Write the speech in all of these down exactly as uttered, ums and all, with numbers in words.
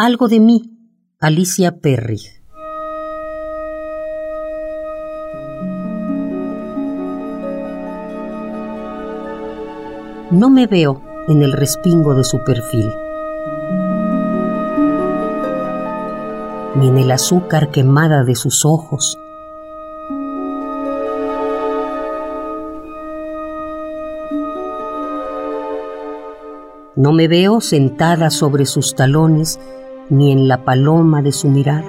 Algo de mí, Alicia Perry. No me veo en el respingo de su perfil, ni en el azúcar quemada de sus ojos. No me veo sentada sobre sus talones, ni en la paloma de su mirada.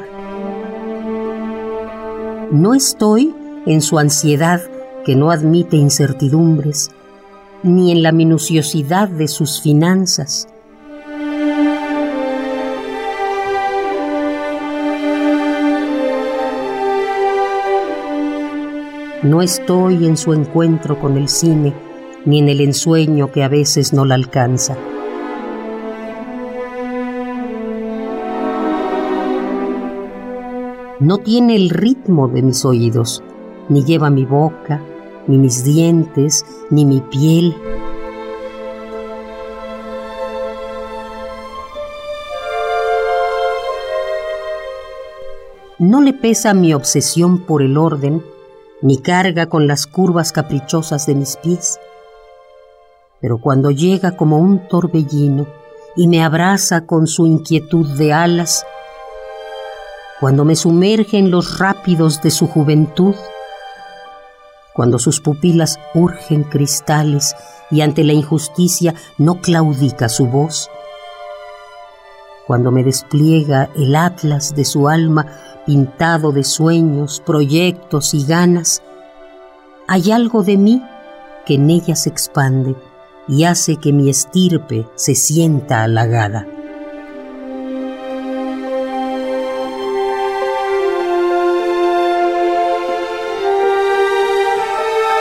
No estoy en su ansiedad que no admite incertidumbres, ni en la minuciosidad de sus finanzas. No estoy en su encuentro con el cine, ni en el ensueño que a veces no la alcanza. No tiene el ritmo de mis oídos, ni lleva mi boca, ni mis dientes, ni mi piel. No le pesa mi obsesión por el orden, ni carga con las curvas caprichosas de mis pies. Pero cuando llega como un torbellino y me abraza con su inquietud de alas, cuando me sumerge en los rápidos de su juventud, cuando sus pupilas urgen cristales y ante la injusticia no claudica su voz, cuando me despliega el atlas de su alma pintado de sueños, proyectos y ganas, hay algo de mí que en ella se expande y hace que mi estirpe se sienta halagada.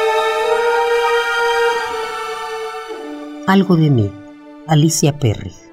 Algo de mí, Alicia Perry.